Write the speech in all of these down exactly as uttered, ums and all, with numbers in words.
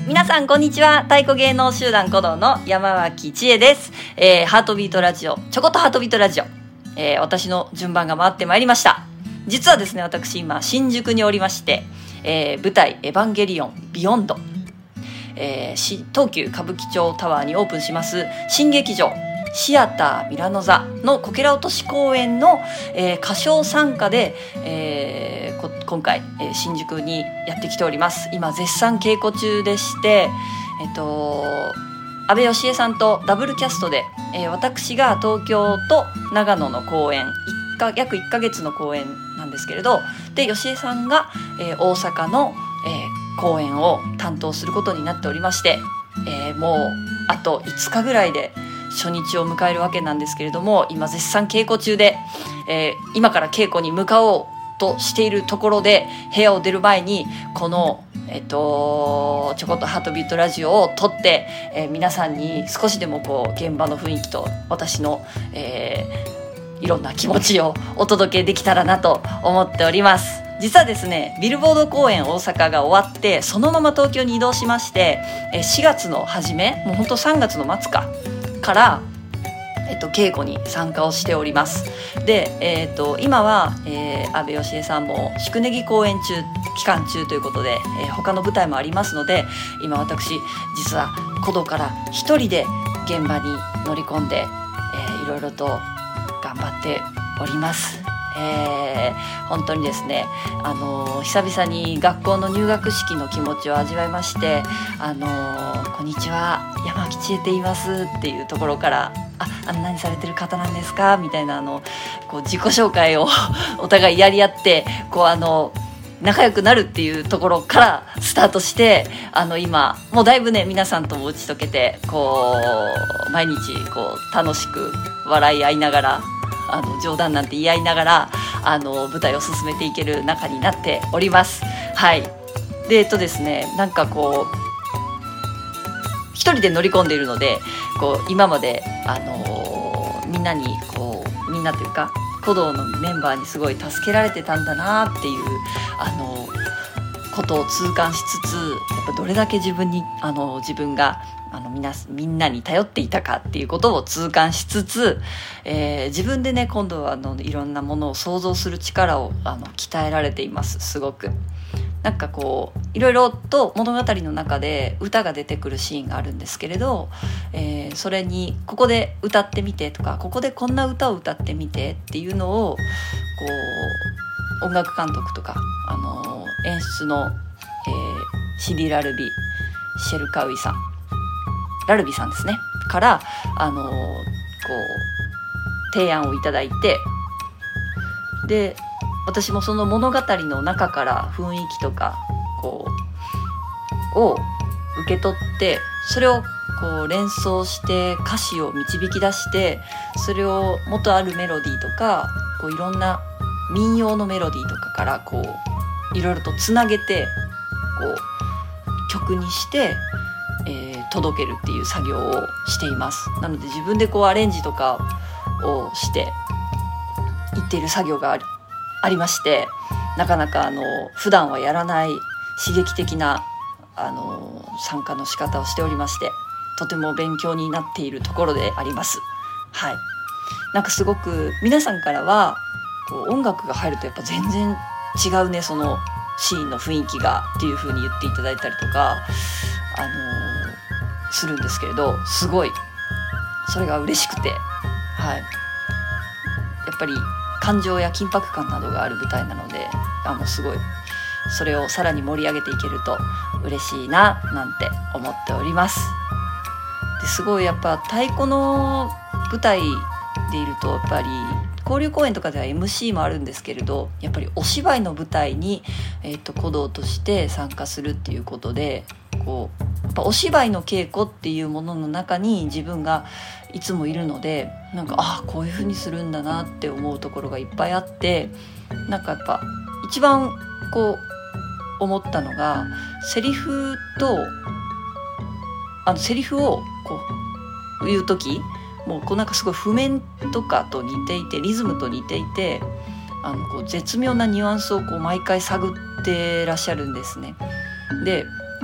皆さんこんにちは。太鼓芸能集団鼓動の山脇千恵です。えー、ハートビートラジオ、ちょこっとハートビートラジオ、えー、私の順番が回ってまいりました。実はですね、私今新宿におりまして、えー、舞台エヴァンゲリオンビヨンド、えー、東急歌舞伎町タワーにオープンします新劇場シアターミラノ座のこけら落とし公演の、えー、歌唱参加で、えー、こ今回、えー、新宿にやってきております。今絶賛稽古中でして、えっと阿部芳恵さんとダブルキャストで、えー、私が東京と長野の公演いっか約いっかげつの公演なんですけれど、で芳恵さんが、えー、大阪の、えー、公演を担当することになっておりまして、えー、もうあといつかぐらいで初日を迎えるわけなんですけれども、今絶賛稽古中で、えー、今から稽古に向かおうとしているところで、部屋を出る前にこの、えっと、ちょこっとハートビートラジオを撮って、えー、皆さんに少しでもこう現場の雰囲気と私の、えー、いろんな気持ちをお届けできたらなと思っております。実はですね、ビルボード公演大阪が終わってそのまま東京に移動しまして、しがつの初め、もうほんとさんがつの末かから、えっと、稽古に参加をしております。で、えっと、今は、えー、阿部芳恵さんも宿根木公演中期間中ということで、えー、他の舞台もありますので、今私実は鼓動から一人で現場に乗り込んで、えー、いろいろと頑張っております。えー、本当にですね、あのー、久々に学校の入学式の気持ちを味わいまして、あのー、こんにちは、山脇千恵って言いますっていうところから、あ、あの何されてる方なんですかみたいな、あのこう自己紹介をお互いやり合って、こうあの仲良くなるっていうところからスタートして、あの今もうだいぶね、皆さんとも打ち解けて、こう毎日こう楽しく笑い合いながら、あの冗談なんて言い合いながら、あの舞台を進めていける仲になっております。はい。で、えっとですね、なんかこう一人で乗り込んでいるので、こう今まで、あのー、みんなにこうみんなというか鼓動のメンバーにすごい助けられてたんだなっていう、あのー、ことを痛感しつつ、やっぱどれだけ自分に、あのー、自分があのみんな、みんなに頼っていたかっていうことを痛感しつつ、えー、自分でね、今度はあのいろんなものを想像する力をあの鍛えられています。すごくなんかこういろいろと物語の中で歌が出てくるシーンがあるんですけれど、えー、それにここで歌ってみてとか、ここでこんな歌を歌ってみてっていうのを、こう音楽監督とか、あのー、演出の、えー、シディ・ラルビ・シェルカウイさんラルビさんですねから、あのー、こう提案をいただいて、で私もその物語の中から雰囲気とかこうを受け取って、それをこう連想して歌詞を導き出して、それを元あるメロディーとか、こういろんな民謡のメロディーとかからこういろいろとつなげて、こう曲にして、えー、届けるっていう作業をしています。なので自分でこうアレンジとかをしていっている作業がありありまして、なかなかあの普段はやらない刺激的なあの参加の仕方をしておりまして、とても勉強になっているところであります。はい。なんかすごく皆さんからはこう音楽が入るとやっぱ全然違うね、そのシーンの雰囲気がっていう風に言っていただいたりとか、あのするんですけれど、すごいそれが嬉しくて、はい。やっぱり感情や緊迫感などがある舞台なので、あのすごいそれをさらに盛り上げていけると嬉しいななんて思っております。ですごいやっぱ太鼓の舞台でいると、やっぱり交流公演とかでは エムシー もあるんですけれど、やっぱりお芝居の舞台に、えー、と鼓動として参加するっていうことで、こうやっぱお芝居の稽古っていうものの中に自分がいつもいるので、なんかあこういう風にするんだなって思うところがいっぱいあって、なんかやっぱ一番こう思ったのが、セリフとあのセリフをこう言う時もうこうなんかすごい譜面とかと似ていて、リズムと似ていて、あのこう絶妙なニュアンスをこう毎回探ってらっしゃるんですね。で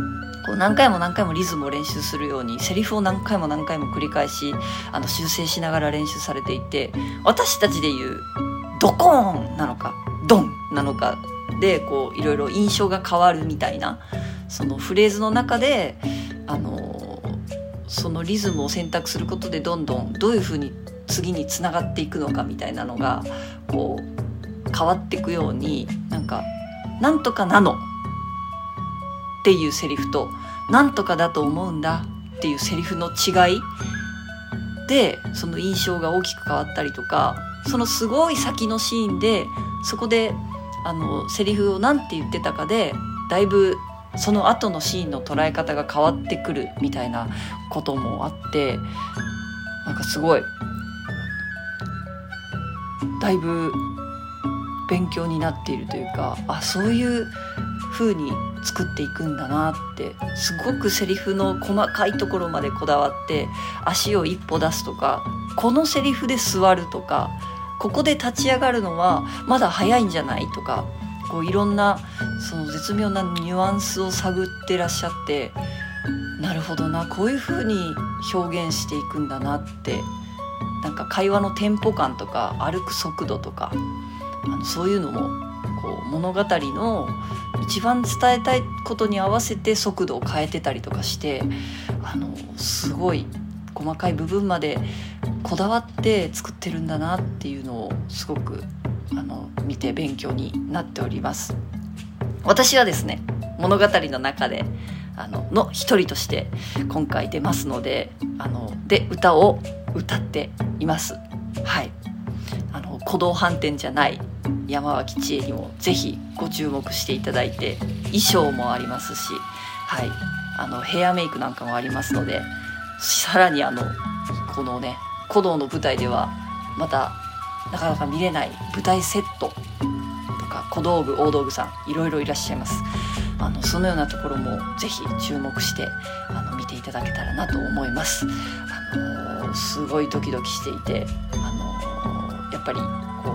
こう何回も何回もリズムを練習するようにセリフを何回も何回も繰り返しあの修正しながら練習されていて、私たちでいうドコーンなのかドンなのかでこういろいろ印象が変わるみたいな、そのフレーズの中であのそのリズムを選択することでどんどんどういう風に次につながっていくのかみたいなのがこう変わっていくように、なんかなんとかなのっていうセリフとなんとかだと思うんだっていうセリフの違いでその印象が大きく変わったりとか、そのすごい先のシーンでそこであのセリフをなんて言ってたかでだいぶその後のシーンの捉え方が変わってくるみたいなこともあって、なんかすごいだいぶ勉強になっているというか、あ、そういう風に作っていくんだなって、すごくセリフの細かいところまでこだわって足を一歩出すとか、このセリフで座るとか、ここで立ち上がるのはまだ早いんじゃないとか、こういろんなその絶妙なニュアンスを探ってらっしゃって、なるほどな、こういう風に表現していくんだなって、なんか会話のテンポ感とか歩く速度とか、あのそういうのもこう物語の一番伝えたいことに合わせて速度を変えてたりとかして、あのすごい細かい部分までこだわって作ってるんだなっていうのをすごくあの見て勉強になっております。私はですね、物語の中であのの一人として今回出ますので、あので歌を歌っています。はい、あの鼓動反転じゃない山脇千恵にもぜひご注目していただいて、衣装もありますし、はい、あのヘアメイクなんかもありますので、さらにあのこのね鼓動の舞台ではまたなかなか見れない舞台セットとか小道具大道具さんいろいろいらっしゃいます。あのそのようなところもぜひ注目してあの見ていただけたらなと思います。あのー、すごいドキドキしていて、あのー、やっぱりこ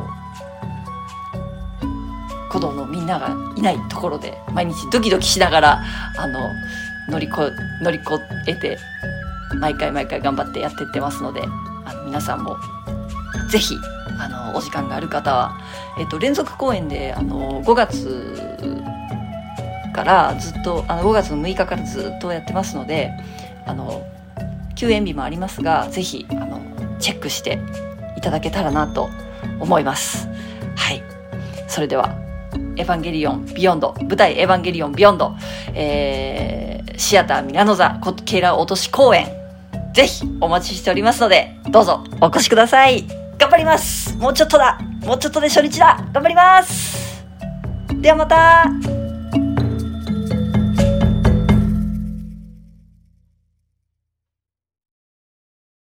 う鼓動のみんながいないところで毎日ドキドキしながらあの乗りこ乗り越えて毎回毎回頑張ってやっていってますので、あの皆さんもぜひあのお時間がある方は、えっと、連続公演であのごがつからずっとあのごがつのむいかからずっとやってますので、あの休演日もありますが、ぜひあのチェックしていただけたらなと思います。はい、それではエヴァンゲリオンビヨンド、舞台エヴァンゲリオンビヨンド、えー、シアターミラノ座ケイラ落とし公演、ぜひお待ちしておりますので、どうぞお越しください。頑張ります。もうちょっとだ、もうちょっとで初日だ。頑張ります。ではまた。